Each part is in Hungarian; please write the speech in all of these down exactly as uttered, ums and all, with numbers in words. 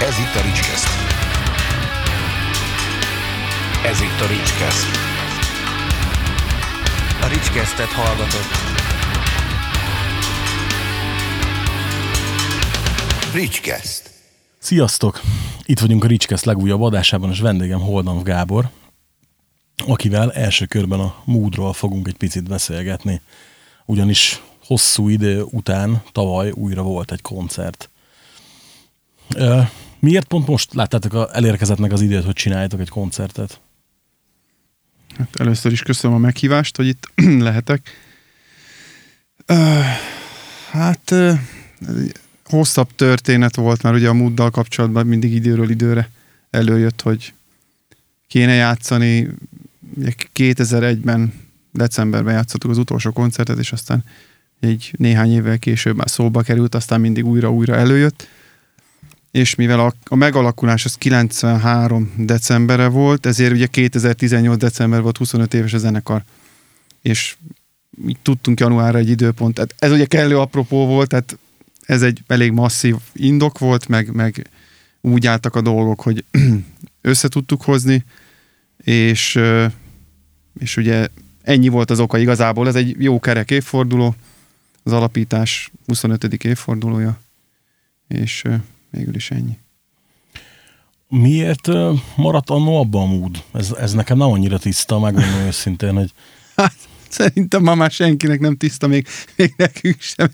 Ez itt a Ricskeszt. Ez itt a Ricskeszt. A Ricskesztet hallgatod. Ricskeszt. Sziasztok! Itt vagyunk a Ricskeszt legújabb adásában, és vendégem Holdanf Gábor, akivel első körben a Moodról fogunk egy picit beszélgetni. Ugyanis hosszú idő után tavaly újra volt egy koncert. Miért pont most láttátok, elérkezett meg az időt, hogy csináljátok egy koncertet? Hát először is köszönöm a meghívást, hogy itt lehetek. Uh, hát uh, hosszabb történet volt, mert ugye a Mooddal kapcsolatban mindig időről időre előjött, hogy kéne játszani. kétezer-egyben decemberben játszottuk az utolsó koncertet, és aztán egy néhány évvel később már szóba került, aztán mindig újra-újra előjött. És mivel a, a megalakulás az kilencvenhárom decemberre volt, ezért ugye kétezer-tizennyolc december volt, huszonöt éves a zenekar. És így tudtunk januárra egy időpont. Tehát ez ugye kellő apropó volt, tehát ez egy elég masszív indok volt, meg, meg úgy álltak a dolgok, hogy össze tudtuk hozni, és, és ugye ennyi volt az oka igazából. Ez egy jó kerek évforduló, az alapítás huszonötödik évfordulója, és végül is ennyi. Miért maradt annó abban a Mood? Ez, ez nekem nem annyira tiszta, megmondom őszintén, hogy... Hát, szerintem ma már senkinek nem tiszta, még, még nekünk sem.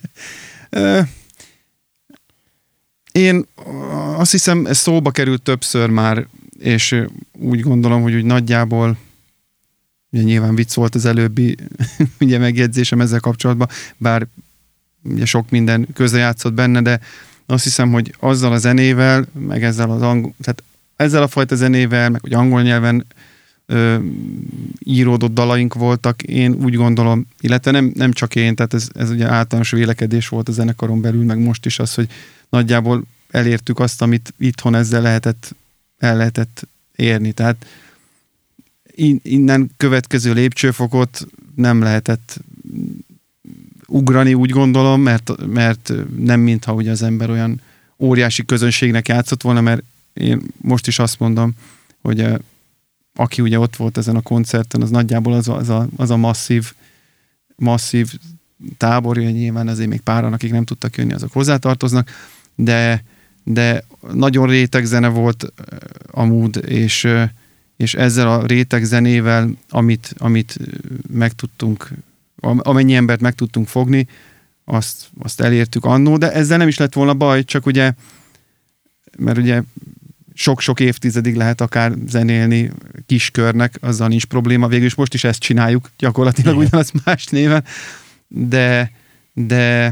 Én azt hiszem, ez szóba került többször már, és úgy gondolom, hogy úgy nagyjából, ugye nyilván vicc volt az előbbi ugye megjegyzésem ezzel kapcsolatban, bár ugye sok minden közrejátszott benne, de azt hiszem, hogy azzal a zenével, meg ezzel az angol, tehát ezzel a fajta zenével, meg hogy angol nyelven ö, íródott dalaink voltak, én úgy gondolom, illetve nem, nem csak én, tehát ez, ez ugye általános vélekedés volt a zenekaron belül, meg most is az, hogy nagyjából elértük azt, amit itthon ezzel lehetett, el lehetett érni. Tehát innen következő lépcsőfokot nem lehetett ugrani, úgy gondolom, mert, mert nem mintha ugye az ember olyan óriási közönségnek játszott volna, mert én most is azt mondom, hogy uh, aki ugye ott volt ezen a koncerten, az nagyjából az a, az a, az a masszív, masszív tábor, ugye nyilván azért még páran, akik nem tudtak jönni, azok hozzátartoznak, de, de nagyon réteg zene volt a Mood, és, uh, és ezzel a réteg zenével, amit, amit meg tudtunk, amennyi embert meg tudtunk fogni, azt, azt elértük annó, de ezzel nem is lett volna baj, csak ugye, mert ugye sok-sok évtizedig lehet akár zenélni kiskörnek, azzal nincs probléma, végül is most is ezt csináljuk, gyakorlatilag ugyanaz más néven, de, de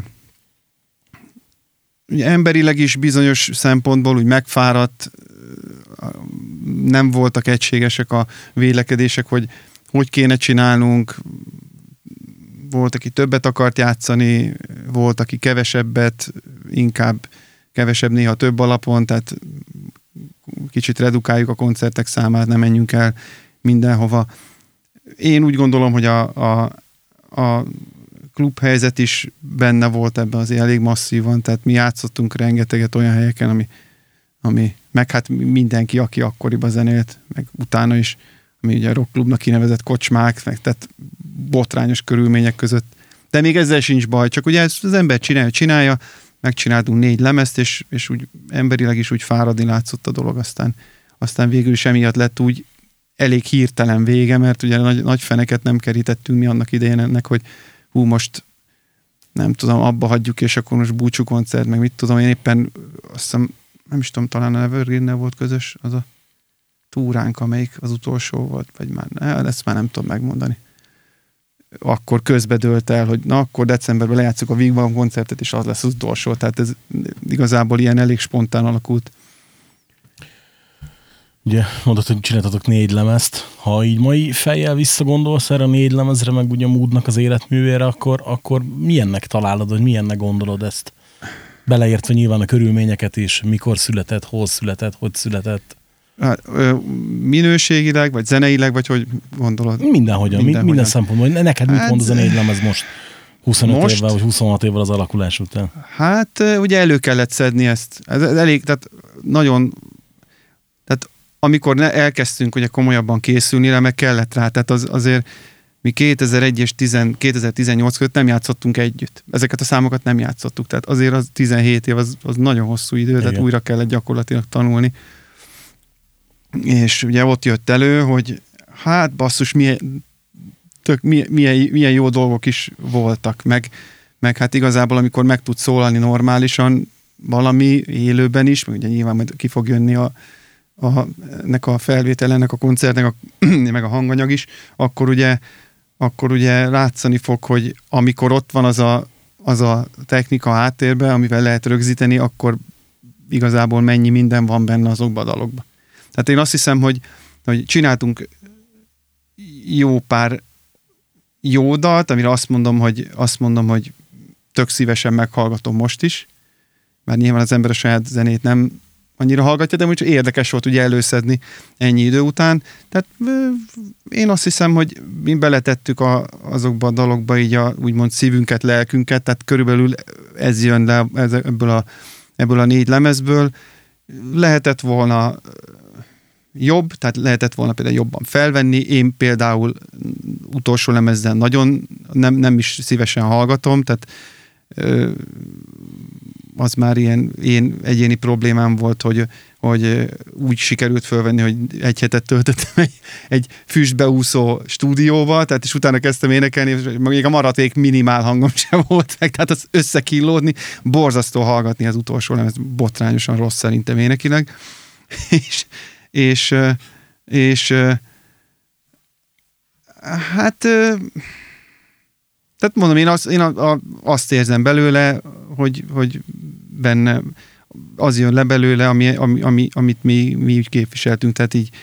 ugye emberileg is bizonyos szempontból úgy megfáradt, nem voltak egységesek a vélekedések, hogy hogy kéne csinálnunk. Volt, aki többet akart játszani, volt, aki kevesebbet, inkább kevesebb, néha több alapon, tehát kicsit redukáljuk a koncertek számát, nem menjünk el mindenhova. Én úgy gondolom, hogy a, a, a klubhelyzet is benne volt ebben azért elég masszívan, tehát mi játszottunk rengeteget olyan helyeken, ami, ami meg hát mindenki, aki akkoriban zenélt, meg utána is, ami ugye a rockklubnak kinevezett kocsmák, meg tehát botrányos körülmények között. De még ezzel sincs baj, csak ugye ez az ember csinálja, csinálja, megcsináltunk négy lemezt, és, és úgy emberileg is úgy fáradni látszott a dolog, aztán, aztán végül is emiatt lett úgy elég hirtelen vége, mert ugye nagy, nagy feneket nem kerítettünk mi annak idején ennek, hogy hú, most nem tudom, abba hagyjuk, és akkor most búcsú koncert, meg mit tudom, én éppen azt hiszem, nem is tudom, talán a Evergreen-nel volt közös az a túránk, amelyik az utolsó volt, vagy már, ne, ezt már nem tudom megmondani. Akkor közbe dőlt el, hogy na, akkor decemberben lejátszuk a Wigwam koncertet, és az lesz az utolsó. Tehát ez igazából ilyen elég spontán alakult. Ugye mondod, hogy csináltatok négy lemezt. Ha így mai fejjel visszagondolsz erre a négy lemezre, meg ugye a Moodnak az életművére, akkor, akkor milyennek találod, vagy milyennek gondolod ezt? Beleértve nyilván a körülményeket is, mikor született, hol született, hogy született. Hát, minőségileg, vagy zeneileg, vagy hogy gondolod? Mindenhogyan, minden, minden szempontból. Neked mit hát, mond az a négy lemez most? huszonöt Most? évvel, vagy huszonhat évvel az alakulás után. Hát ugye elő kellett szedni ezt. Ez elég, tehát nagyon, tehát amikor elkezdtünk ugye komolyabban készülni rá, meg kellett rá, tehát az, azért mi kétezer-egy és kétezer-tizennyolc között nem játszottunk együtt. Ezeket a számokat nem játszottuk, tehát azért az tizenhét év, az, az nagyon hosszú idő, igen. Tehát újra kellett gyakorlatilag tanulni. És ugye ott jött elő, hogy hát basszus, milyen, tök, milyen, milyen, milyen jó dolgok is voltak, meg, meg hát igazából, amikor meg tudsz szólalni normálisan valami élőben is, meg ugye nyilván majd ki fog jönni a, a, ennek a felvételennek, a koncertnek, a, meg a hanganyag is, akkor ugye, akkor ugye látszani fog, hogy amikor ott van az a, az a technika háttérben, amivel lehet rögzíteni, akkor igazából mennyi minden van benne azokba a dalokba. Tehát én azt hiszem, hogy, hogy csináltunk jó pár jó dalt, amire azt mondom, hogy, azt mondom, hogy tök szívesen meghallgatom most is, mert nyilván az ember a saját zenét nem annyira hallgatja, de úgy érdekes volt ugye előszedni ennyi idő után. Tehát én azt hiszem, hogy mi beletettük a, azokba a dalokba így a úgymond szívünket, lelkünket, tehát körülbelül ez jön le ez, ebből, a, ebből a négy lemezből. Lehetett volna jobb, tehát lehetett volna például jobban felvenni. Én például utolsó lemezzen nagyon nem, nem is szívesen hallgatom, tehát ö, az már ilyen én egyéni problémám volt, hogy, hogy úgy sikerült fölvenni, hogy egy hetet töltöttem egy, egy füstbeúszó stúdióval, tehát és utána kezdtem énekelni, és még a maradék minimál hangom sem volt meg, tehát az összekillódni, borzasztó hallgatni az utolsó lemez, botrányosan rossz szerintem énekileg. és és, és hát tehát mondom, én azt, én azt érzem belőle, hogy, hogy benne az jön le belőle, ami, ami, ami, amit mi, mi úgy képviseltünk, tehát így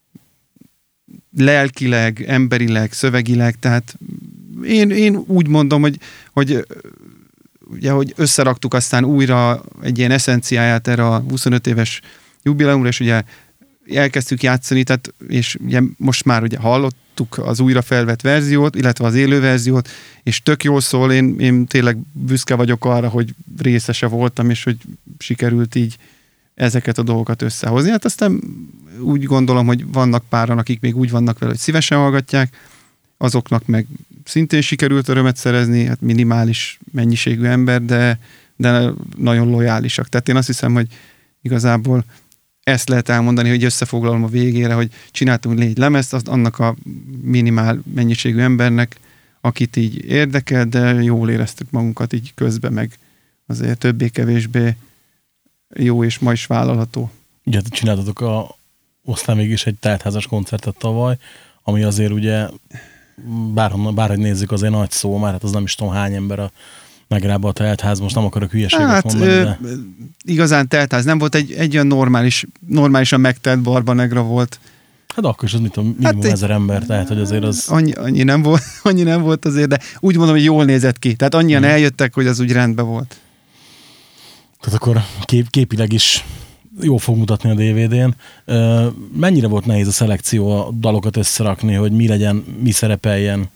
lelkileg, emberileg, szövegileg, tehát én, én úgy mondom, hogy, hogy ugye, hogy összeraktuk aztán újra egy ilyen eszenciáját erre a huszonöt éves jubileumra, és ugye elkezdtük játszani, tehát, és ugye most már ugye hallottuk az újra felvett verziót, illetve az élő verziót, és tök jól szól, én, én tényleg büszke vagyok arra, hogy részese voltam, és hogy sikerült így ezeket a dolgokat összehozni. Hát aztán úgy gondolom, hogy vannak páran, akik még úgy vannak vele, hogy szívesen hallgatják, azoknak meg szintén sikerült örömet szerezni, hát minimális mennyiségű ember, de, de nagyon lojálisak. Tehát én azt hiszem, hogy igazából ezt lehet elmondani, hogy összefoglalom a végére, hogy csináltunk négy lemezt, azt annak a minimál mennyiségű embernek, akit így érdekel, de jól éreztük magunkat így közben, meg azért többé-kevésbé jó és ma is vállalható. Ugye csináltatok a, aztán mégis egy teltházas koncertet tavaly, ami azért ugye bárhonnan, bárhogy nézzük, azért nagy szó, már hát az nem is tudom hány ember a megrába a teltház, most nem akarok hülyeséget hát, mondani, de... igazán teltház nem volt, egy, egy olyan normális, normálisan megtelt Barbanegra volt. Hát akkor is az mit tudom, minimum hát ezer ember, tehát hogy azért az... Annyi, annyi, nem volt, annyi nem volt azért, de úgy mondom, hogy jól nézett ki. Tehát annyian hmm. eljöttek, hogy az úgy rendben volt. Tehát akkor kép, képileg is jó fog mutatni a dé vé dén. Mennyire volt nehéz a szelekció, a dalokat összerakni, hogy mi legyen, mi szerepeljen?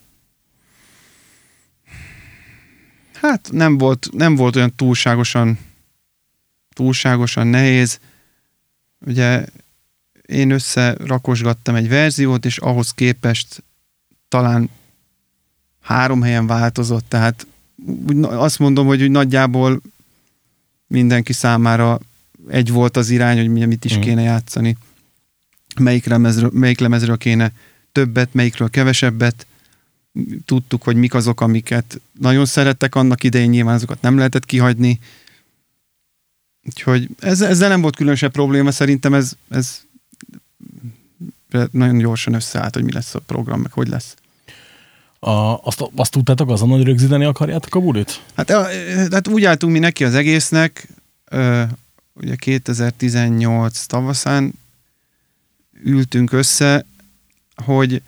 Hát nem volt, nem volt olyan túlságosan, túlságosan nehéz. Ugye én összerakosgattam egy verziót, és ahhoz képest talán három helyen változott, tehát azt mondom, hogy úgy nagyjából mindenki számára egy volt az irány, hogy mit is kéne játszani, melyik lemezről, melyik lemezről kéne többet, melyikről kevesebbet. Tudtuk, hogy mik azok, amiket nagyon szerettek annak idején, nyilván azokat nem lehetett kihagyni. Úgyhogy ez, ezzel nem volt különösebb probléma, szerintem ez, ez nagyon gyorsan összeállt, hogy mi lesz a program, meg hogy lesz. A, azt, azt tudtátok azon, hogy rögzíteni akarjátok a bulit? Hát, hát úgy álltunk mi neki az egésznek, ugye kétezer-tizennyolc tavaszán ültünk össze, hogy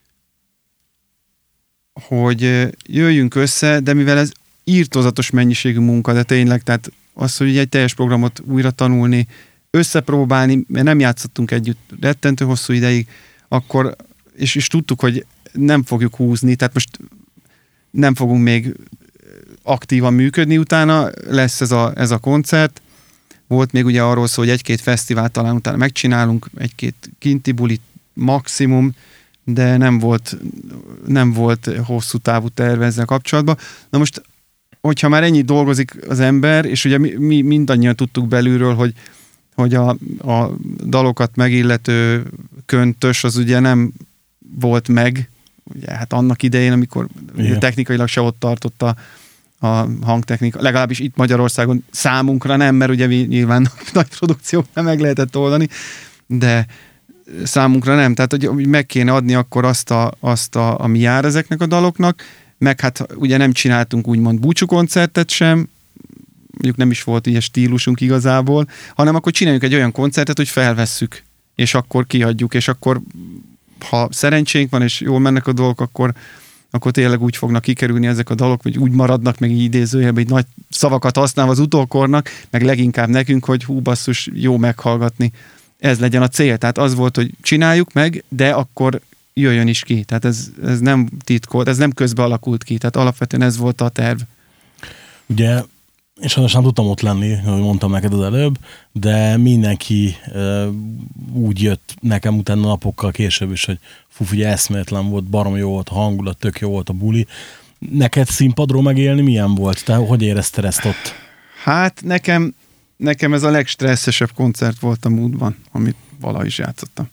hogy jöjjünk össze, de mivel ez írtózatos mennyiségű munka, de tényleg, tehát az, hogy egy teljes programot újra tanulni, összepróbálni, mert nem játszottunk együtt rettentő hosszú ideig, akkor, és, és tudtuk, hogy nem fogjuk húzni, tehát most nem fogunk még aktívan működni utána, lesz ez a, ez a koncert. Volt még ugye arról szó, hogy egy-két fesztivál talán utána megcsinálunk, egy-két kinti bulit maximum, de nem volt, nem volt hosszú távú terve ezzel kapcsolatban. Na most, hogyha már ennyit dolgozik az ember, és ugye mi, mi mindannyian tudtuk belülről, hogy, hogy a, a dalokat megillető köntös az ugye nem volt meg, ugye hát annak idején, amikor technikailag se ott tartotta a hangtechnika, legalábbis itt Magyarországon számunkra nem, mert ugye nyilván nagy produkcióknál meg lehetett oldani, de számunkra nem, tehát hogy meg kéne adni akkor azt, a, azt a, ami jár ezeknek a daloknak, meg hát ugye nem csináltunk úgymond búcsúkoncertet sem, mondjuk nem is volt ilyen stílusunk igazából, hanem akkor csináljuk egy olyan koncertet, hogy felvesszük, és akkor kiadjuk, és akkor ha szerencsénk van, és jól mennek a dolgok, akkor, akkor tényleg úgy fognak kikerülni ezek a dalok, vagy úgy maradnak, meg így idézőjelben, így nagy szavakat használva az utókornak, meg leginkább nekünk, hogy hú basszus, jó meghallgatni. Ez legyen a cél. Tehát az volt, hogy csináljuk meg, de akkor jöjjön is ki. Tehát ez, ez nem titkolt, ez nem közbe alakult ki. Tehát alapvetően ez volt a terv. Ugye, és sajnos nem tudtam ott lenni, ahogy mondtam neked az előbb, de mindenki uh, úgy jött nekem utána napokkal később is, hogy fú, ugye eszméletlen volt, barom jó volt a hangulat, tök jó volt a buli. Neked színpadról megélni milyen volt? Te hogy érezted ezt ott? Hát nekem, nekem ez a legstresszesebb koncert volt a múltban, amit valahogy is játszottam.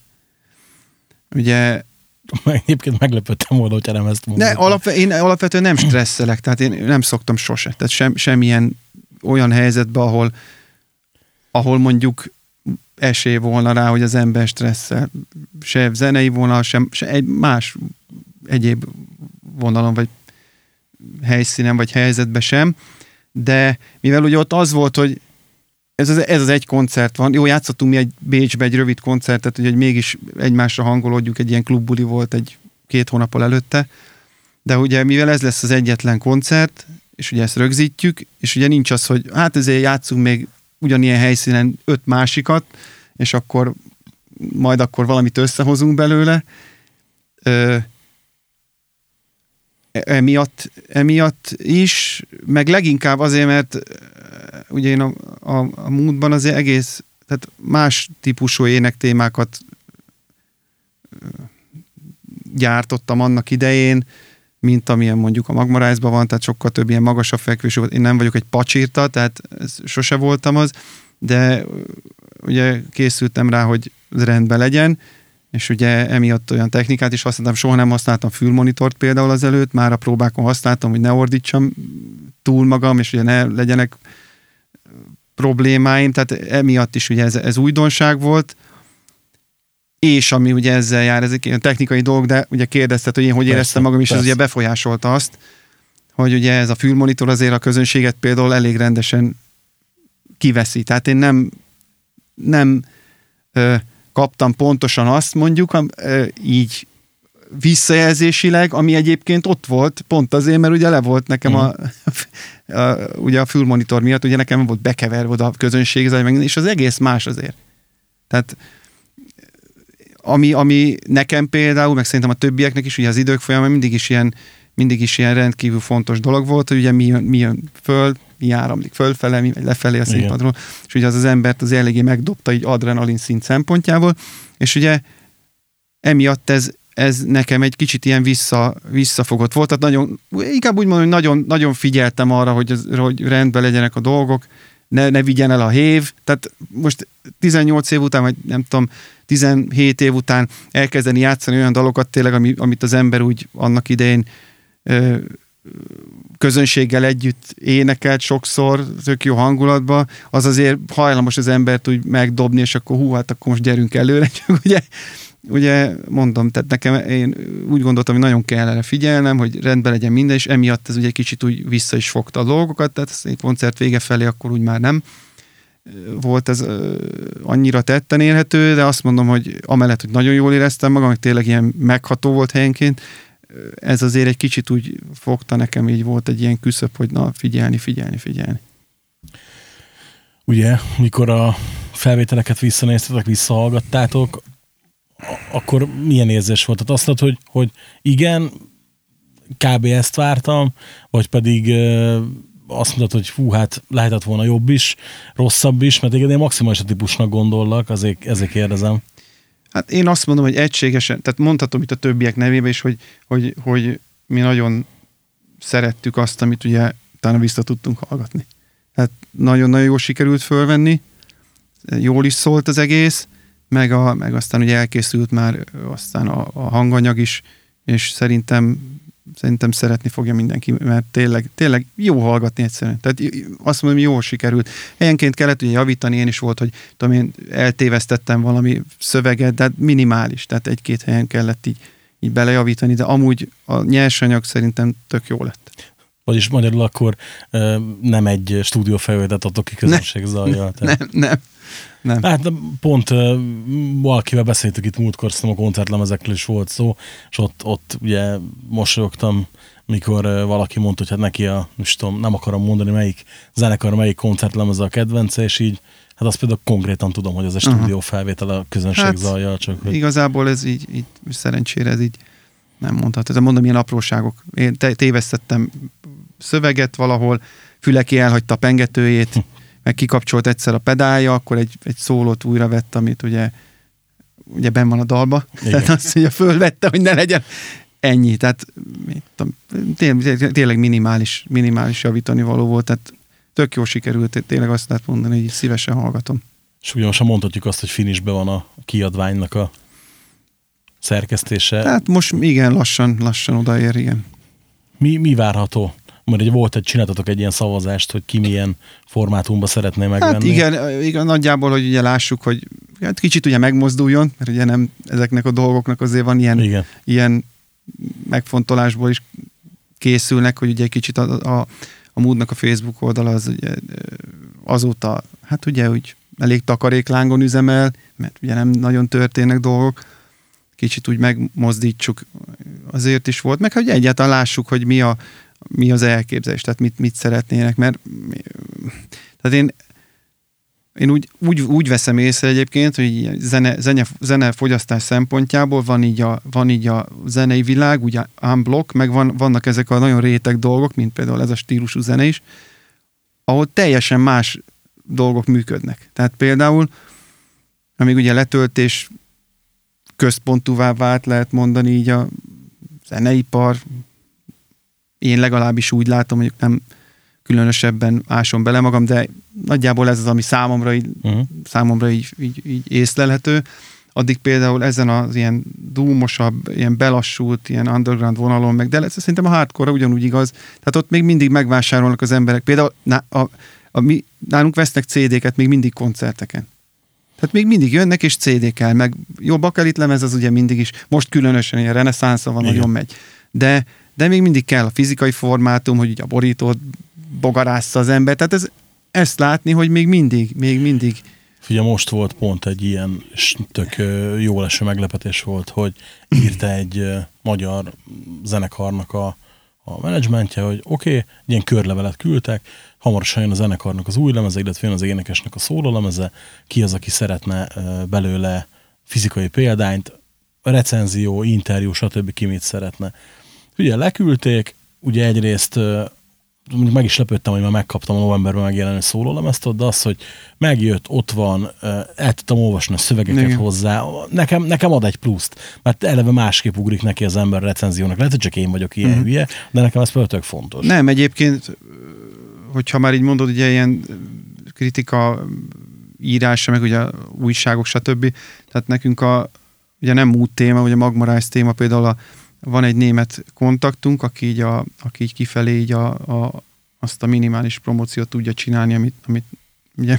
Ugye egyébként meglepődtem volna, hogyha nem ezt mondom. Ne, alapve, én alapvetően nem stresszelek, tehát én nem szoktam sose. Tehát sem, semmilyen olyan helyzetben, ahol, ahol mondjuk esély volna rá, hogy az ember stresszel. Se zenei vonal, sem, se egy más egyéb vonalon, vagy helyszínen, vagy helyzetben sem. De mivel ugye ott az volt, hogy ez az, ez az egy koncert van. Jó, játszottunk mi egy Bécsbe egy rövid koncertet, hogy mégis egymásra hangolódjunk, egy ilyen klubbuli volt egy két hónappal előtte, de ugye mivel ez lesz az egyetlen koncert, és ugye ezt rögzítjük, és ugye nincs az, hogy hát ezért játszunk még ugyanilyen helyszínen öt másikat, és akkor majd akkor valamit összehozunk belőle. Ö, emiatt, emiatt is, meg leginkább azért, mert ugye én a, a, a múltban azért egész, tehát más típusú énektémákat gyártottam annak idején, mint amilyen mondjuk a Magma Rise-ban van, tehát sokkal több ilyen magasabb fekvésű volt. Én nem vagyok egy pacsirta, tehát ez sose voltam az, de ugye készültem rá, hogy rendben legyen, és ugye emiatt olyan technikát is használtam, soha nem használtam fülmonitort például az előtt, már a próbákon használtam, hogy ne ordítsam túl magam, és ugye ne legyenek problémáim, tehát emiatt is ugye ez, ez újdonság volt, és ami ugye ezzel jár, ez egy technikai dolog, de ugye kérdezted, hogy én hogy éreztem magam, és persze. Ez ugye befolyásolta azt, hogy ugye ez a fülmonitor azért a közönséget például elég rendesen kiveszi. Tehát én nem, nem ö, kaptam pontosan azt mondjuk, ö, így visszajelzésileg, ami egyébként ott volt, pont azért, mert ugye le volt nekem a, a, a, ugye a fülmonitor miatt, ugye nekem volt bekeverve a közönség, és az egész más azért. Tehát ami, ami nekem például, meg szerintem a többieknek is, ugye az idők folyamán mindig is ilyen, mindig is ilyen rendkívül fontos dolog volt, hogy ugye mi jön, mi jön föl, mi áramlik fölfele, mi megy lefelé a színpadról, és ugye az az embert az eléggé megdobta így adrenalin szint szempontjából, és ugye emiatt ez, ez nekem egy kicsit ilyen vissza, visszafogott volt, tehát nagyon, inkább úgy mondom, hogy nagyon, nagyon figyeltem arra, hogy, az, hogy rendben legyenek a dolgok, ne, ne vigyen el a hév, tehát most tizennyolc év után, vagy nem tudom, tizenhét év után elkezdeni játszani olyan dalokat tényleg, ami, amit az ember úgy annak idején ö, közönséggel együtt énekelt sokszor, tök jó hangulatban, az azért hajlamos az embert úgy megdobni, és akkor hú, hát akkor most gyerünk előre, csak ugye, ugye mondom, tehát nekem én úgy gondoltam, hogy nagyon kell erre figyelnem, hogy rendben legyen minden, és emiatt ez ugye kicsit úgy vissza is fogta a dolgokat, tehát a koncert vége felé akkor úgy már nem volt ez annyira tetten érhető, de azt mondom, hogy amellett, hogy nagyon jól éreztem magam, hogy tényleg ilyen megható volt helyenként, ez azért egy kicsit úgy fogta nekem, így volt egy ilyen küszöb, hogy na figyelni, figyelni, figyelni. Ugye, mikor a felvételeket visszanéztetek, visszahallgattátok, akkor milyen érzés volt? Tehát azt mondod, hogy, hogy igen, kb. Ezt vártam, vagy pedig azt mondtad, hogy fú, hát lehetett volna jobb is, rosszabb is, mert én maximális típusnak gondollak, azért, ezért kérdezem. Hát én azt mondom, hogy egységesen, tehát mondhatom itt a többiek nevébe is, hogy, hogy, hogy mi nagyon szerettük azt, amit ugye utána vissza tudtunk hallgatni. Tehát nagyon-nagyon jól sikerült fölvenni, jól is szólt az egész, meg, a, meg aztán ugye elkészült már aztán a, a hanganyag is, és szerintem szerintem szeretni fogja mindenki, mert tényleg, tényleg jó hallgatni egyszerűen. Tehát azt mondom, jól sikerült. Helyenként kellett ugye javítani, én is volt, hogy tudom én, eltévesztettem valami szöveget, de minimális, tehát egy-két helyen kellett így, így belejavítani, de amúgy a nyersanyag szerintem tök jó lett. Vagyis magyarul akkor nem egy stúdiófelvételt adtok ki közönség zajjal. Nem, nem. Nem. Hát pont uh, valakivel beszéltük itt múltkor, szerintem a koncertlemezekről is volt szó, és ott, ott ugye mosolyogtam, mikor uh, valaki mondta, hogy hát neki a, most tudom, nem akarom mondani, melyik zenekar, melyik koncertlemeze a kedvence, és így, hát azt például konkrétan tudom, hogy ez a stúdió felvétel a közönség hát, zajjal. Csak hogy... Igazából ez így, így, szerencsére ez így nem mondható. Tehát mondom, ilyen apróságok. Én tévesztettem szöveget valahol, Füleki elhagyta a pengetőjét, meg kikapcsolt egyszer a pedálja, akkor egy, egy szólót újra vett, amit ugye, ugye benn van a dalba. Igen. Tehát azt ugye fölvette, hogy ne legyen ennyi. Tehát tényleg, tényleg minimális, minimális javítani való volt. Tehát tök jó sikerült, tényleg azt lehet mondani, hogy szívesen hallgatom. És ugye most mondhatjuk azt, hogy finishben van a kiadványnak a szerkesztése. Hát most igen, lassan, lassan odaér, igen. Mi, mi várható? Mert volt egy, csináltatok egy ilyen szavazást, hogy ki milyen formátumban szeretné megvenni. Hát igen, igen, nagyjából, hogy ugye lássuk, hogy hát kicsit ugye megmozduljon, mert ugye nem ezeknek a dolgoknak azért van ilyen, ilyen megfontolásból is készülnek, hogy ugye egy kicsit a, a, a Moodnak a Facebook oldala az ugye azóta, hát ugye úgy elég takaréklángon üzemel, mert ugye nem nagyon történnek dolgok, kicsit úgy megmozdítsuk, azért is volt, meg hogy egyáltalán lássuk, hogy mi a mi az elképzelés, tehát mit, mit szeretnének, mert tehát én, én úgy, úgy, úgy veszem észre egyébként, hogy zene, zene, zenefogyasztás szempontjából van így, a, van így a zenei világ, ugye unblock, meg van, vannak ezek a nagyon réteg dolgok, mint például ez a stílusú zene is, ahol teljesen más dolgok működnek. Tehát például, amíg ugye letöltés központúvá vált, lehet mondani így a zeneipar, én legalábbis úgy látom, hogy nem különösebben ásom bele magam, de nagyjából ez az, ami számomra így, uh-huh. számomra így, így, így észlelhető. Addig például ezen az ilyen dúmosabb, ilyen belassult, ilyen underground vonalon meg, de ez szerintem a hardcore ugyanúgy igaz. Tehát ott még mindig megvásárolnak az emberek. Például ná, a, a, mi, nálunk vesznek cé dé-ket még mindig koncerteken. Tehát még mindig jönnek és cé dé-kel, meg jó bakelit lemez az ugye mindig is, most különösen ilyen reneszánsza van, igen. Nagyon megy. De de még mindig kell a fizikai formátum, hogy ugye a borítót bogarásza az ember. Tehát ez, ezt látni, hogy még mindig, még mindig. Figyelj, most volt pont egy ilyen, és tök jó leső meglepetés volt, hogy írta egy magyar zenekarnak a, a menedzsmentje, hogy oké, okay, ilyen körlevelet küldtek, hamarosan jön a zenekarnak az új lemeze, illetve jön az énekesnek a szólólemeze, ki az, aki szeretne belőle fizikai példányt, recenzió, interjú, stb. Ki mit szeretne. Ugye leküldték, ugye egyrészt meg is lepődtem, hogy már megkaptam a novemberben megjelenő szólólemezt, de az, hogy megjött, ott van, el tudtam olvasni a szövegeket igen. hozzá, nekem, nekem ad egy pluszt, mert eleve másképp ugrik neki az ember recenziónak. Lehet, hogy csak én vagyok ilyen mm. hülye, de nekem ez például tök fontos. Nem, egyébként, hogyha már így mondod, ugye ilyen kritika írása, meg ugye újságok, stb. Tehát nekünk a, ugye nem Mood téma, ugye Magmarász téma, például a van egy német kontaktunk, aki így, a, aki így kifelé így a, a, azt a minimális promóciót tudja csinálni, amit, amit ugye,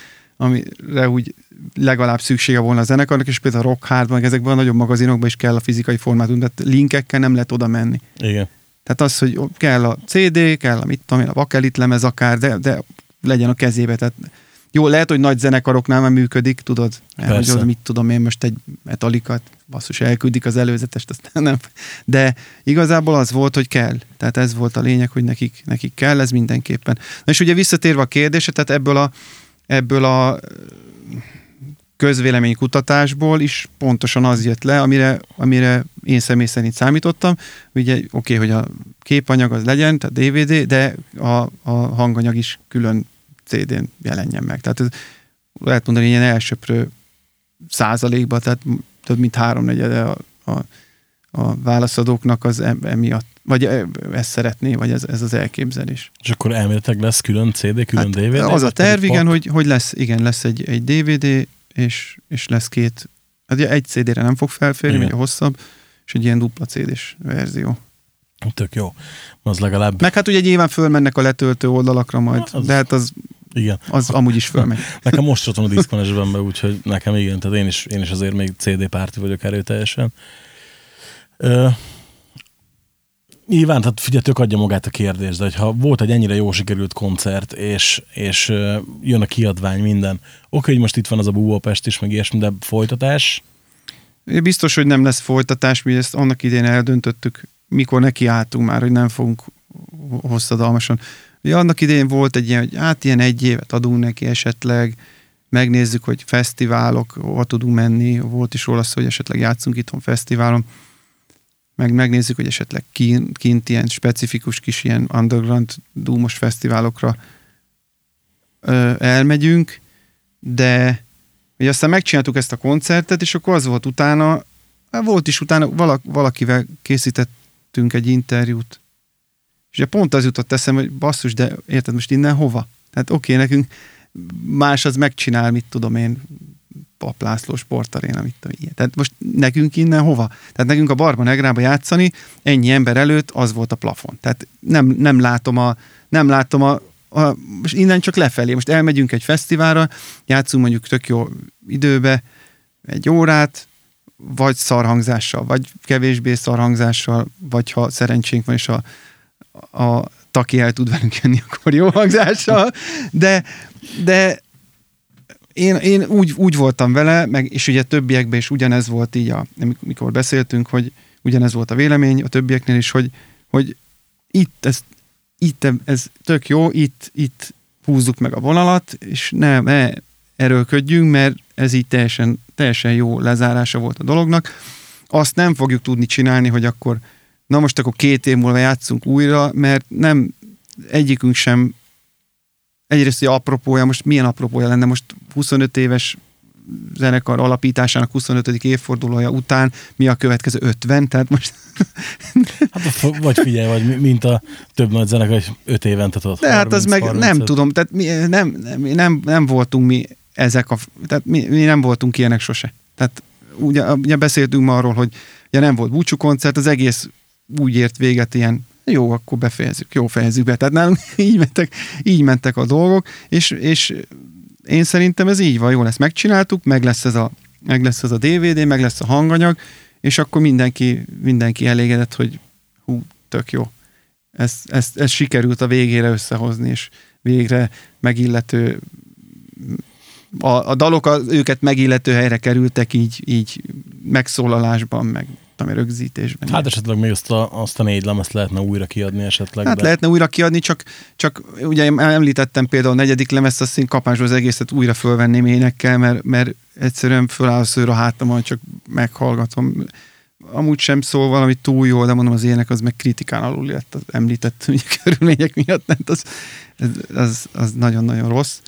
amire úgy legalább szüksége volna a zenekarnak, és például a Rock Hard, meg ezekben a nagyobb magazinokban is kell a fizikai formátum, tehát linkekkel nem lehet oda menni. Igen. Tehát az, hogy kell a cé dé, kell a mit tudom én, a bakelit lemez akár, de, de legyen a kezébe, tehát jó, lehet, hogy nagy zenekaroknál már működik, tudod? Hogy az, mit tudom én, most egy Metallicát, basszus, elküldik az előzetest, aztán nem. De igazából az volt, hogy kell. Tehát ez volt a lényeg, hogy nekik, nekik kell, ez mindenképpen. Na és ugye visszatérve a kérdésre, tehát ebből a, ebből a közvéleménykutatásból is pontosan az jött le, amire, amire én személy szerint számítottam. Ugye oké, okay, hogy a képanyag az legyen, tehát dé vé dé, de a, a hanganyag is külön cé dén jelenjen meg. Tehát ez lehet mondani ilyen elsöprő százalékban, tehát több mint háromnegyede a, a, a válaszadóknak az emiatt, vagy ezt szeretné, vagy ez, ez az elképzelés. És akkor elméletek lesz külön cé dé, külön hát dé vé dé? Az a terv, igen, hogy, hogy lesz, igen, lesz egy, egy dé vé dé, és, és lesz két, hát egy cé dére nem fog felférni, vagy a hosszabb, és egy ilyen dupla cé dés verzió. Tök jó. Az legalább... Meg hát ugye nyilván fölmennek a letöltő oldalakra majd, az... de hát az, igen. az amúgy is fölmegy. Nekem most ott van a diszkonesben be, úgyhogy nekem igen, tehát én is, én is azért még cé dé párti vagyok erőteljesen. Ö, nyilván, tehát figyelj, tök adja magát a kérdés, de ha volt egy ennyire jó sikerült koncert, és, és jön a kiadvány, minden, oké, hogy most itt van az a Búvópest is, meg ilyesmi, de folytatás? Biztos, hogy nem lesz folytatás, mi ezt annak idén eldöntöttük, mikor nekiálltunk már, hogy nem fogunk hosszadalmasan. Ugye annak idén volt egy ilyen, hogy hát ilyen egy évet adunk neki esetleg, megnézzük, hogy fesztiválok, hova tudunk menni, volt is róla szó, hogy esetleg játszunk itthon fesztiválon, meg megnézzük, hogy esetleg kint, kint ilyen specifikus kis ilyen underground dúmos fesztiválokra ö, elmegyünk, de ugye aztán megcsináltuk ezt a koncertet, és akkor az volt utána, volt is utána, valak, valakivel készítettünk egy interjút, és ugye pont az jutott eszembe, hogy basszus, de érted, most innen hova? Tehát oké, okay, nekünk más az megcsinál, mit tudom én, Pap László sportaréna, mit tudom ilyen. Tehát most nekünk innen hova? Tehát nekünk a Barba Negrába játszani, ennyi ember előtt az volt a plafon. Tehát nem, nem látom a, nem látom a, a, most innen csak lefelé. Most elmegyünk egy fesztiválra, játszunk mondjuk tök jó időbe egy órát, vagy szarhangzással, vagy kevésbé szarhangzással, vagy ha szerencsénk van, és a, a Taki el tud velünk jönni, akkor jó hangzással, de, de én, én úgy, úgy voltam vele, meg, és ugye többiekben is ugyanez volt így, a, mikor beszéltünk, hogy ugyanez volt a vélemény a többieknél is, hogy, hogy itt, ez, itt ez tök jó, itt, itt húzzuk meg a vonalat, és ne, ne erőlködjünk, mert ez így teljesen, teljesen jó lezárása volt a dolognak. Azt nem fogjuk tudni csinálni, hogy akkor na most akkor két év múlva játszunk újra, mert nem egyikünk sem egyrészt, hogy apropója, most milyen apropója lenne, most huszonöt éves zenekar alapításának huszonötödik évfordulója után mi a következő ötven, tehát most... Hát, vagy figyelj, vagy mint a több nagy zenekar, hogy öt évente tudod. De hát az meg nem tudom, tehát mi nem, nem, nem, nem voltunk mi ezek a... Tehát mi, mi nem voltunk ilyenek sose. Tehát ugye, ugye beszéltünk ma arról, hogy ugye nem volt búcsúkoncert, az egész úgy ért véget ilyen, jó, akkor befejezzük, jó, fejezzük be. Tehát nálunk így mentek, így mentek a dolgok, és, és én szerintem ez így van, jó lesz, megcsináltuk, meg lesz ez a, meg lesz ez a dé vé dé, meg lesz a hanganyag, és akkor mindenki, mindenki elégedett, hogy hú, tök jó. Ez, ez, ez sikerült a végére összehozni, és végre megillető a, a dalok az őket megillető helyre kerültek így, így megszólalásban, meg ami rögzítésben. Hát esetleg még azt a, azt a négy lemezt lehetne újra kiadni esetleg. Hát de... lehetne újra kiadni, csak, csak ugye említettem például a negyedik lemezt, azt én kapásból az egészet újra fölvenném énekkel, mert, mert egyszerűen föláll a szőr a hátamon, csak meghallgatom. Amúgy sem szól valami túl jó, de mondom, az ének az meg kritikán alul lett az említett ugye, körülmények miatt, mert az, az, az nagyon-nagyon rossz.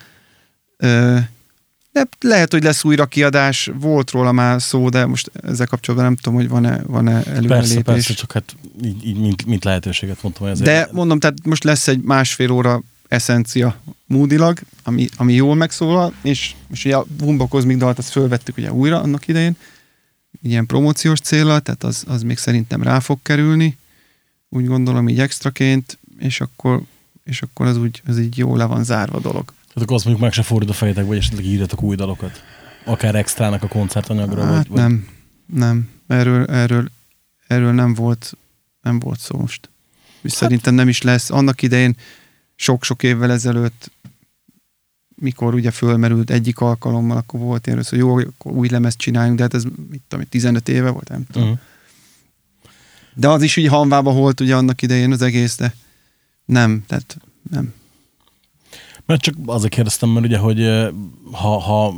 De lehet, hogy lesz újra kiadás, volt róla már szó, de most ezzel kapcsolatban nem tudom, hogy van-e, van-e előrelépés. Persze, persze, csak hát így, így mint, mint lehetőséget mondtam. Hogy de el... mondom, tehát most lesz egy másfél óra eszencia moodilag, ami, ami jól megszólal, és, és ugye a Bumba Kozmik dalt azt fölvettük ugye újra annak idején, ilyen promóciós céllal, tehát az, az még szerintem rá fog kerülni, úgy gondolom így extraként, és akkor, és akkor az úgy, az így jól le van zárva a dolog. Tehát akkor azt mondjuk meg se fordít a fejetek, vagy esetleg írjatok új dalokat? Akár extrának a koncertanyagra? Hát vagy, nem, nem. Erről, erről, erről nem volt, nem volt szó most. És hát... szerintem nem is lesz. Annak idején sok-sok évvel ezelőtt, mikor ugye fölmerült egyik alkalommal, akkor volt ilyen, hogy jó, akkor új lemezt csináljunk, de hát ez mit tudom, tizenöt éve volt, nem tudom. Uh-huh. De az is így hanvába volt ugye annak idején az egész, de nem, tehát nem. Mert csak azért kérdeztem, mert ugye, hogy ha, ha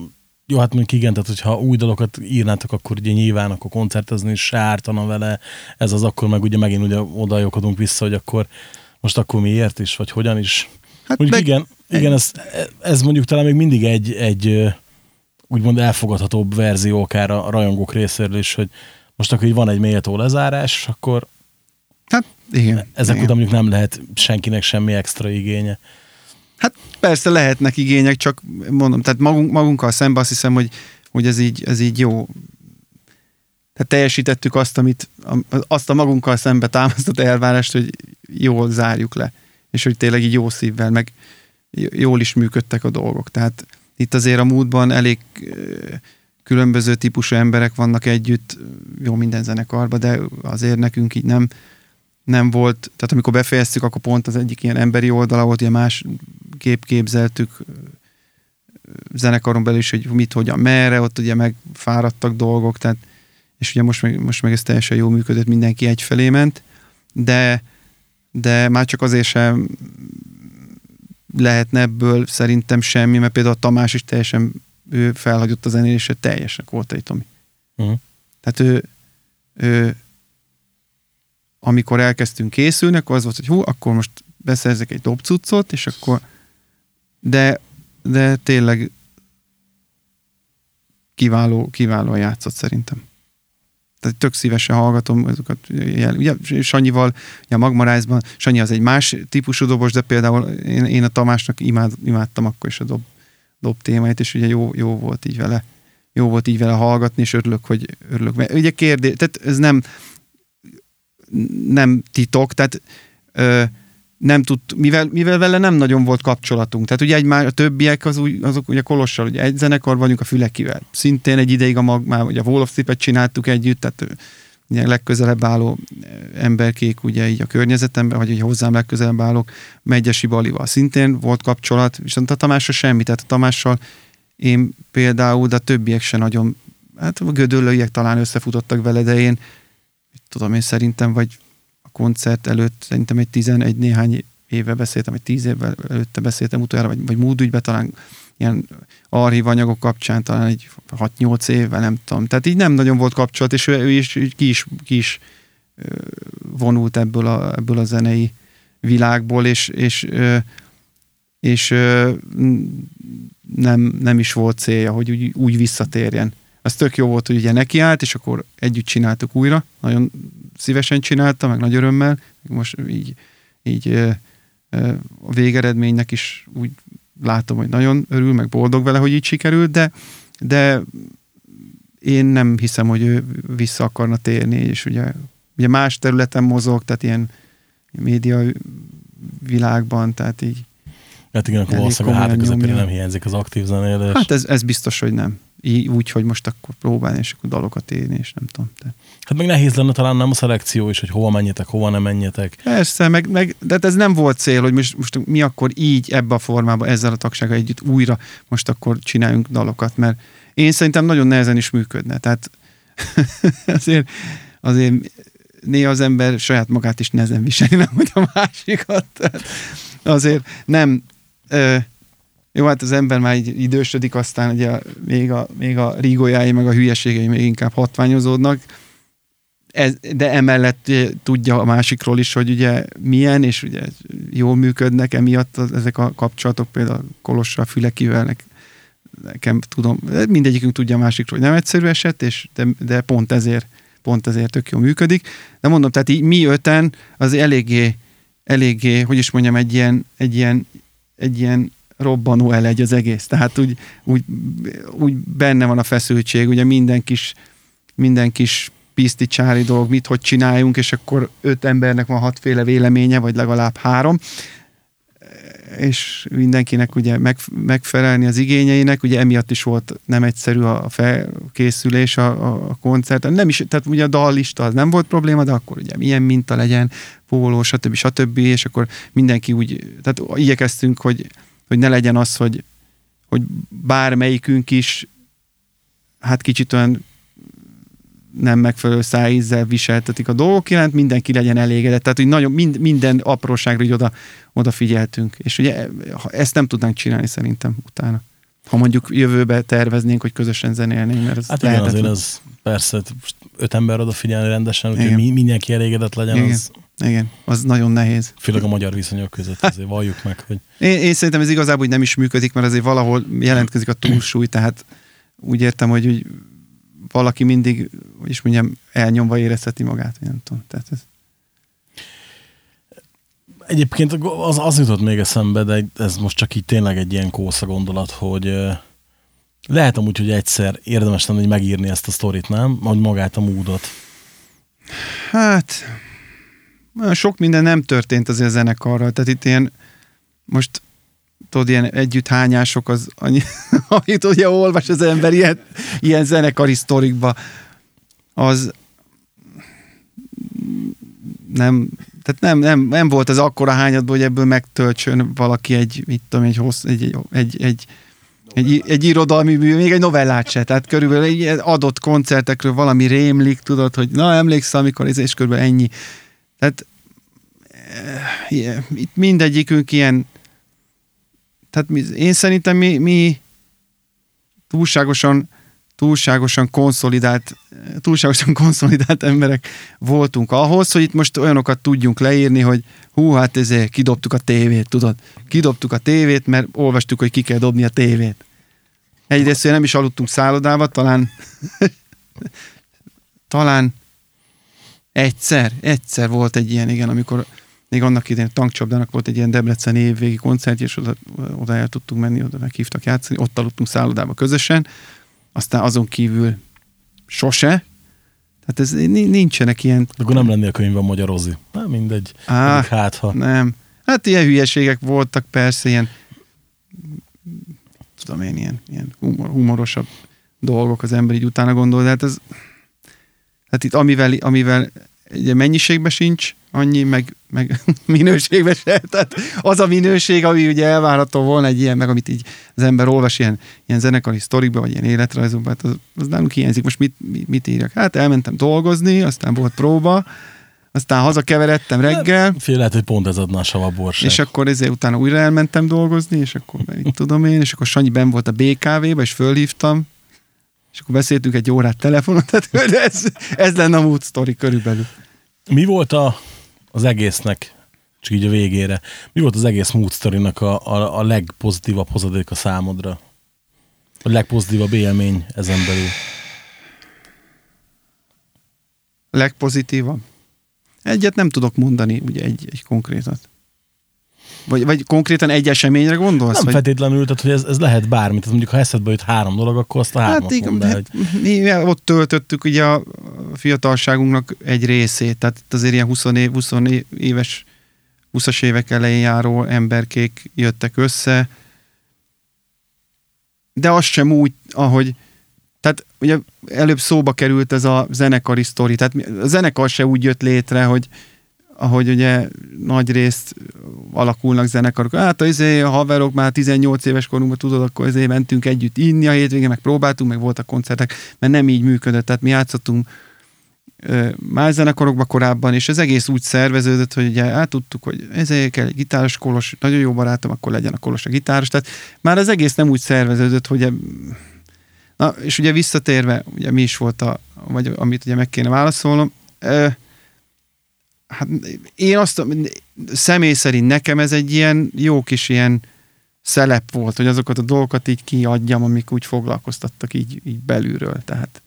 jó, hát mondjuk igen, tehát hogyha új dalokat írnátok, akkor ugye nyilván akkor koncertezni is se ártana vele, ez az akkor meg ugye megint ugye odajókodunk vissza, hogy akkor most akkor miért is, vagy hogyan is. Hát mondjuk meg... igen, igen ez, ez mondjuk talán még mindig egy, egy úgymond elfogadhatóbb verzió akár a rajongók részéről is, hogy most akkor így van egy méltó lezárás, akkor hát igen. Ezek igen. után mondjuk nem lehet senkinek semmi extra igénye. Hát persze lehetnek igények, csak mondom, tehát magunk, magunkkal szemben azt hiszem, hogy, hogy ez, így, ez így jó. Tehát teljesítettük azt, amit, azt a magunkkal szembe támasztott elvárást, hogy jól zárjuk le. És hogy tényleg így jó szívvel, meg jól is működtek a dolgok. Tehát itt azért a múltban elég különböző típusú emberek vannak együtt, jó minden zenekarban, de azért nekünk így nem nem volt, tehát amikor befejeztük, akkor pont az egyik ilyen emberi oldala volt, ugye más kép képzeltük zenekaron belül is, hogy mit, hogyan, merre, ott ugye megfáradtak dolgok, tehát, és ugye most meg, most meg ez teljesen jól működött, mindenki egyfelé ment, de, de már csak azért sem lehetne ebből szerintem semmi, mert például a Tamás is teljesen, ő felhagyott a zenélésre, teljesen volt egy Tomi. Uh-huh. Tehát ő, ő amikor elkezdtünk készülni, akkor az volt, hogy hú, akkor most beszerzek egy dobcuccot, és akkor de, de tényleg kiváló, kiválóan játszott szerintem. Tehát tök szívesen hallgatom azokat. Ugye Sanyival, ugye a Magmarájzban, Sanyi az egy más típusú dobos, de például én, én a Tamásnak imád, imádtam akkor is a dob, dob témáit, és ugye jó, jó volt így vele. Jó volt így vele hallgatni, és örülök, hogy örülök. Mert ugye kérdés, tehát ez nem nem titok, tehát ö, nem tud, mivel, mivel vele nem nagyon volt kapcsolatunk. Tehát ugye egy már a többiek az úgy, azok ugye Kolossal, ugye egy zenekar vagyunk a Fülekivel. Szintén egy ideig a Magmával, ugye a Wall of Sleep-et csináltuk együtt, tehát ugye legközelebb álló emberkék ugye így a környezetemben, vagy ugye hozzám legközelebb állók, Megyesi Balival szintén volt kapcsolat, viszont a Tamással semmi, tehát a Tamással én például, de a többiek se nagyon, hát a gödöllőiek talán összefutottak vele, de én tudom én szerintem, vagy a koncert előtt szerintem egy tizenegy néhány éve beszéltem, vagy tíz évvel előtte beszéltem utoljára, vagy, vagy módügyben talán ilyen archív anyagok kapcsán talán egy hat-nyolc évvel, nem tudom. Tehát így nem nagyon volt kapcsolat, és ő, ő is, ki, is, ki is vonult ebből a, ebből a zenei világból, és, és, és nem, nem is volt célja, hogy úgy, úgy visszatérjen. Az tök jó volt, hogy ugye nekiállt, és akkor együtt csináltuk újra. Nagyon szívesen csinálta, meg nagy örömmel. Most így, így a végeredménynek is úgy látom, hogy nagyon örül, meg boldog vele, hogy így sikerült, de, de én nem hiszem, hogy ő vissza akarna térni, és ugye, ugye más területen mozog, tehát ilyen média világban, tehát így. Hát igen, akkor valószínűleg a háta közepére nem hiányzik az aktív zenélés. Hát ez, ez biztos, hogy nem. Így, úgy, hogy most akkor próbálni, és akkor dalokat írni, és nem tudom. De... Hát meg nehéz lenne talán nem a szelekció is, hogy hova menjetek, hova nem menjetek. Persze, meg, meg, de ez nem volt cél, hogy most, most mi akkor így ebbe a formában, ezzel a tagsággal együtt újra most akkor csináljunk dalokat, mert én szerintem nagyon nehezen is működne. Tehát azért, azért néha az ember saját magát is nehezen viseli, nem hogy a másikat. Tehát azért nem... Ö, Jó, hát az ember már így idősödik, aztán ugye még a, még a rigójái, meg a hülyeségei még inkább hatványozódnak. Ez, de emellett tudja a másikról is, hogy ugye milyen, és ugye jól működnek emiatt az, ezek a kapcsolatok, például Kolossal, Fülekivel, nekem tudom, mindegyikünk tudja a másikról, hogy nem egyszerű eset, és de, de pont ezért, pont ezért tök jól működik. De mondom, tehát így mi öten az eléggé, eléggé, hogy is mondjam, egy ilyen, egy ilyen, egy ilyen robbanó elegy az egész. Tehát úgy, úgy, úgy benne van a feszültség, ugye minden kis, minden kis piszti csári dolog, mit, hogy csináljunk, és akkor öt embernek van hatféle véleménye, vagy legalább három, és mindenkinek ugye meg, megfelelni az igényeinek, ugye emiatt is volt nem egyszerű a felkészülés a, a koncerten. Nem is, tehát ugye a dallista az nem volt probléma, de akkor ugye milyen minta legyen, póló, stb. stb. És akkor mindenki úgy, tehát igyekeztünk, hogy hogy ne legyen az, hogy, hogy bármelyikünk is hát kicsit olyan nem megfelelő szájízzel viseltetik a dolgok iránt, mindenki legyen elégedett. Tehát, hogy nagyon mind, minden apróságra így oda, odafigyeltünk. És ugye ezt nem tudnánk csinálni szerintem utána. Ha mondjuk jövőbe terveznénk, hogy közösen zenélnénk, mert ez hát igen, azért az persze, öt ember odafigyelni rendesen, úgyhogy mi, mindenki elégedett legyen. Igen. Az, igen, az nagyon nehéz. főleg a magyar viszonyok között, azért valljuk meg, hogy... Én, én szerintem ez igazából nem is működik, mert azért valahol jelentkezik a túlsúly, tehát úgy értem, hogy úgy valaki mindig, hogy is mondjam, elnyomva érezheti magát, nem tudom. Tehát ez... Egyébként az, az jutott még eszembe, de ez most csak így tényleg egy ilyen kósza gondolat, hogy lehet amúgy, hogy egyszer érdemes lenne megírni ezt a sztorit, nem? Vagy magát a módot. Hát, sok minden nem történt azért a zenekarral, tehát itt ilyen, most tudod, ilyen együtthányások az, annyi, amit ugye olvas az ember ilyen, ilyen zenekari sztorikba, az nem, tehát nem, nem, nem volt az akkora hányadból, hogy ebből megtöltsön valaki egy, mit tudom, egy, hossz, egy, egy, egy, egy, egy, egy irodalmi mű, még egy novellát se, tehát körülbelül egy adott koncertekről valami rémlik, tudod, hogy na, emlékszel, amikor ez, és körülbelül ennyi. Tehát itt mindegyikünk ilyen, tehát mi, én szerintem mi, mi túlságosan túlságosan konszolidált, túlságosan konszolidált emberek voltunk ahhoz, hogy itt most olyanokat tudjunk leírni, hogy hú, hát ezért kidobtuk a tévét, tudod? Kidobtuk a tévét, mert olvastuk, hogy ki kell dobni a tévét. Egyrészt nem is aludtunk szállodába, talán talán egyszer, egyszer volt egy ilyen, igen, amikor még annak idején Tankcsapdának volt egy ilyen debreceni évvégi koncertje, és oda, oda el tudtunk menni, oda meghívtak játszani, ott aludtunk szállodába közösen, aztán azon kívül sose. Tehát ez nincsenek ilyen... De akkor nem lennél a könyvben magyarozni. Nem, mindegy. Á, hát, ha... Nem. Hát ilyen hülyeségek voltak persze, ilyen tudom én, ilyen, ilyen humor, humorosabb dolgok az ember így utána gondol, de hát ez hát itt amivel, amivel ugye mennyiségben sincs annyi, meg, meg minőségben se. Tehát az a minőség, ami ugye elvárható volna egy ilyen, meg amit így az ember olvas ilyen, ilyen zenekari sztorikban, vagy ilyen életrajzokban, hát az, az nálunk hiányzik. Most mit, mit írjak? Hát elmentem dolgozni, aztán volt próba, aztán hazakeveredtem reggel. Fél lehet, hogy pont ez adná a savaborság. És akkor ezért utána újra elmentem dolgozni, és akkor mit tudom én, és akkor Sanyi benn volt a bé ká vé-be, és fölhívtam, és akkor beszéltünk egy órát telefonon, tehát ez, ez lenne a mood story körülbelül. Mi volt a, az egésznek, csak így a végére, mi volt az egész mood story-nak a, a, a legpozitívabb hozadék a számodra? A legpozitívabb élmény ezen belül? Legpozitívabb? Egyet nem tudok mondani, ugye egy, egy konkrétat. Vagy, vagy konkrétan egy eseményre gondolsz? Nem vagy? feltétlenül, tehát hogy ez, ez lehet bármi. Tehát mondjuk, ha eszedbe jut három dolog, akkor azt a hármat hát, igen, mondd el, hát, hogy... mi ott töltöttük ugye a fiatalságunknak egy részét, tehát itt azért ilyen húsz év, húsz éves, húszas évek elején járó emberkék jöttek össze, de az sem úgy, ahogy tehát ugye előbb szóba került ez a zenekari sztori, tehát a zenekar se úgy jött létre, hogy ahogy ugye nagy részt alakulnak zenekarok. Hát azért a haverok már tizennyolc éves korunkban, tudod, akkor azért mentünk együtt inni a hétvégén, meg próbáltunk, meg voltak koncertek, mert nem így működött. Tehát mi játszottunk más zenekarokban korábban, és az egész úgy szerveződött, hogy ugye átudtuk, hogy ezért kell egy gitáros, Kolos, nagyon jó barátom, akkor legyen a Kolos a gitáros. Tehát már az egész nem úgy szerveződött, hogy na, és ugye visszatérve, ugye mi is volt a, vagy amit ugye meg kéne válaszolnom, hát én azt személy szerint nekem ez egy ilyen jó kis ilyen szelep volt, hogy azokat a dolgokat így kiadjam, amik úgy foglalkoztattak így, így belülről. Tehát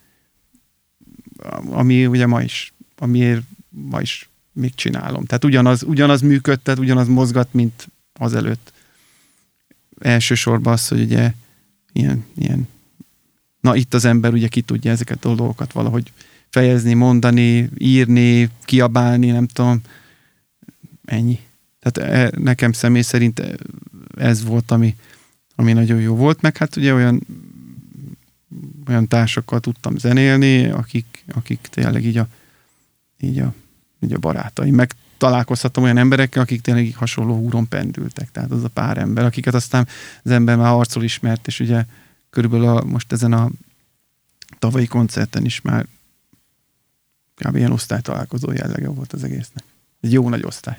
ami ugye ma is, amiért ma is még csinálom. Tehát ugyanaz, ugyanaz működtet, ugyanaz mozgat, mint azelőtt. Elsősorban az, hogy ugye ilyen, ilyen na itt az ember ugye ki tudja ezeket a dolgokat valahogy fejezni, mondani, írni, kiabálni, nem tudom, ennyi. Tehát nekem személy szerint ez volt, ami, ami nagyon jó volt, meg hát ugye olyan, olyan társakkal tudtam zenélni, akik, akik tényleg így a, így a, így a barátaim. Meg találkozhattam olyan emberekkel, akik tényleg így hasonló húron pendültek. Tehát az a pár ember, akiket aztán az ember már arcról ismert, és ugye körülbelül a, most ezen a tavalyi koncerten is már kb. Ilyen osztálytalálkozó jellege volt az egésznek. Egy jó nagy osztály.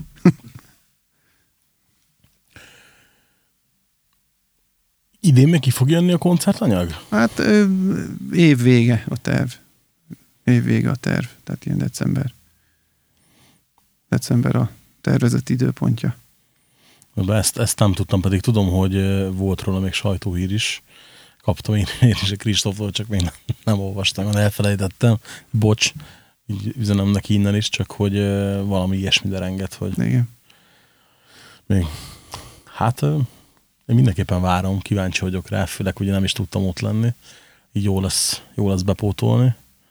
Idén még ki fog jönni a koncertanyag? Hát ö, év vége a terv. Év vége a terv, tehát ilyen december. December a tervezett időpontja. De ezt, ezt nem tudtam, pedig tudom, hogy volt róla még sajtóhír is. Kaptam én, én is a Kristóftól, csak még nem, nem olvastam, mert elfelejtettem. Bocs, így üzenem neki innen is, csak hogy valami ilyesmi derengett, hogy... Igen. Még. Hát én mindenképpen várom, kíváncsi vagyok rá, főleg ugye nem is tudtam ott lenni. Így jó lesz, jó lesz bepótolni.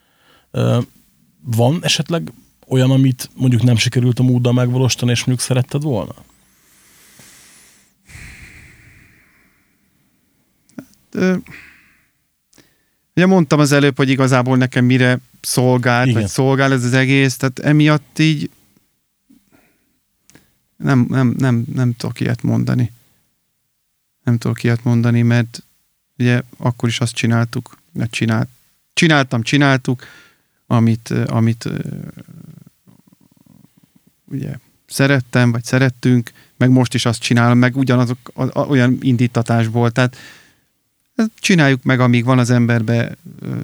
Van esetleg olyan, amit mondjuk nem sikerült a móddal megvalósítani, és mondjuk szeretted volna? Hát, ugye mondtam az előbb, hogy igazából nekem mire szolgált, Igen. vagy szolgál ez az egész, tehát emiatt így nem, nem, nem, nem tudok ilyet mondani. Nem tudok ilyet mondani, mert ugye akkor is azt csináltuk, csinált, csináltam, csináltuk, amit, amit ugye szerettem, vagy szerettünk, meg most is azt csinálom, meg ugyanazok olyan indítatásból, tehát csináljuk meg, amíg van az emberbe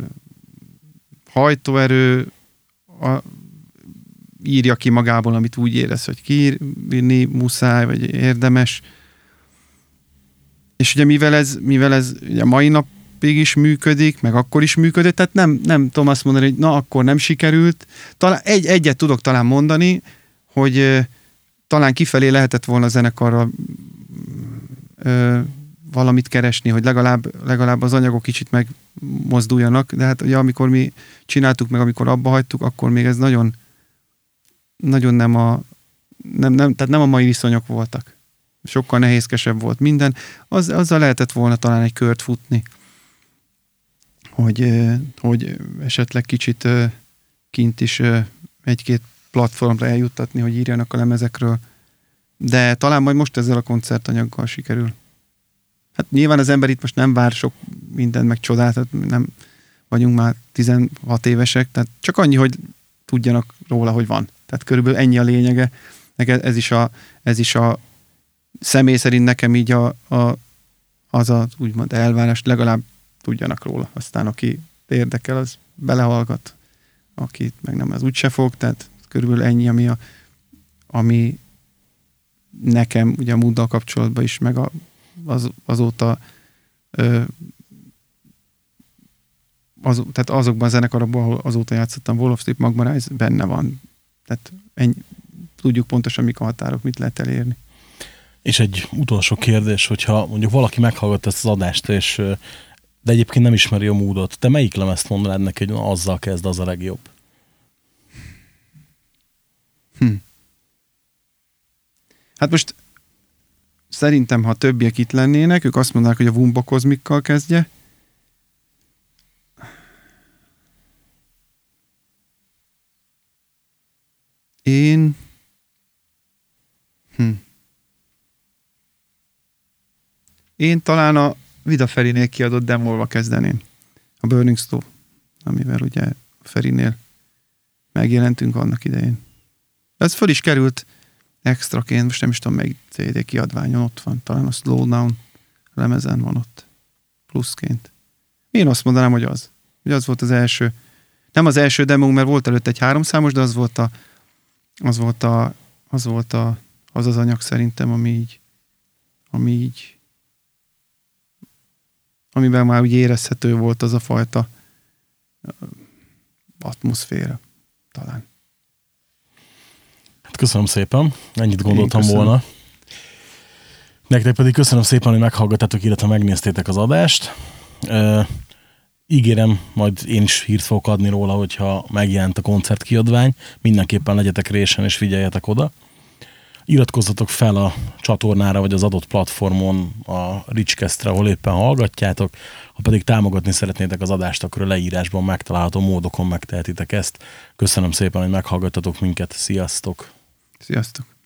hajtóerő, a, írja ki magából, amit úgy érez, hogy kiírni muszáj, vagy érdemes. És ugye mivel ez, mivel ez ugye mai napig is működik, meg akkor is működött, tehát nem, nem tudom azt mondani, hogy na, akkor nem sikerült. Talán egy, egyet tudok talán mondani, hogy ö, talán kifelé lehetett volna a zenekarra ö, valamit keresni, hogy legalább, legalább az anyagok kicsit megmozduljanak, de hát ugye amikor mi csináltuk meg, amikor abba hagytuk, akkor még ez nagyon nagyon nem a nem, nem, tehát nem a mai viszonyok voltak. Sokkal nehézkesebb volt minden. Az, azzal lehetett volna talán egy kört futni, hogy, hogy esetleg kicsit kint is egy-két platformra eljuttatni, hogy írjanak a lemezekről. De talán majd most ezzel a koncertanyaggal sikerül. Hát nyilván az ember itt most nem vár sok mindent, meg csodát, tehát nem vagyunk már tizenhat évesek, tehát csak annyi, hogy tudjanak róla, hogy van. Tehát körülbelül ennyi a lényege. Ez is a, ez is a személy szerint nekem így a, a, az a úgymond elvárás, legalább tudjanak róla. Aztán aki érdekel, az belehallgat. Akit meg nem, az úgyse fog. Tehát körülbelül ennyi, ami, a, ami nekem ugye a Mooddal kapcsolatban is, meg a, az, azóta ö, az, tehát azokban a zenekarokban, ahol azóta játszottam, Wall of Sleep, Magma Rise benne van. Tehát ennyi, tudjuk pontosan, mik a határok, mit lehet elérni. És egy utolsó kérdés, hogyha mondjuk valaki meghallgatta ezt az adást, és, de egyébként nem ismeri a Moodot, te melyik lemezt mondanád neki, hogy na, azzal kezd, az a legjobb? Hm. Hát most szerintem, ha többiek itt lennének, ők azt mondanák, hogy a Wumba Cosmic-kal kezdje. Én... Hm. Én talán a Vida Ferinél kiadott demolva kezdeném. A Burning Stove, amivel ugye Ferinél megjelentünk annak idején. Ez föl is került extraként, most nem is tudom, melyik cé dé kiadványon ott van, talán a Slowdown lemezen van ott pluszként. Én azt mondanám, hogy az. Hogy az volt az első. Nem az első demo, mert volt előtt egy háromszámos, de az volt a az volt a az volt a az az anyag szerintem, ami így ami így amiben már úgy érezhető volt az a fajta atmoszféra talán. Hát köszönöm szépen, ennyit gondoltam köszönöm. volna. Nektek pedig köszönöm szépen, hogy meghallgattátok, illetve megnéztétek az adást. Uh, ígérem, majd én is hírt fogok adni róla, hogyha megjelent a koncertkiadvány. Mindenképpen legyetek résen és figyeljetek oda. Iratkozzatok fel a csatornára, vagy az adott platformon a Richcast-re, ahol éppen hallgatjátok. Ha pedig támogatni szeretnétek az adást, akkor a leírásban megtalálható módokon megtehetitek ezt. Köszönöm szépen, hogy meghallgattatok minket. Sziasztok! Sziasztok!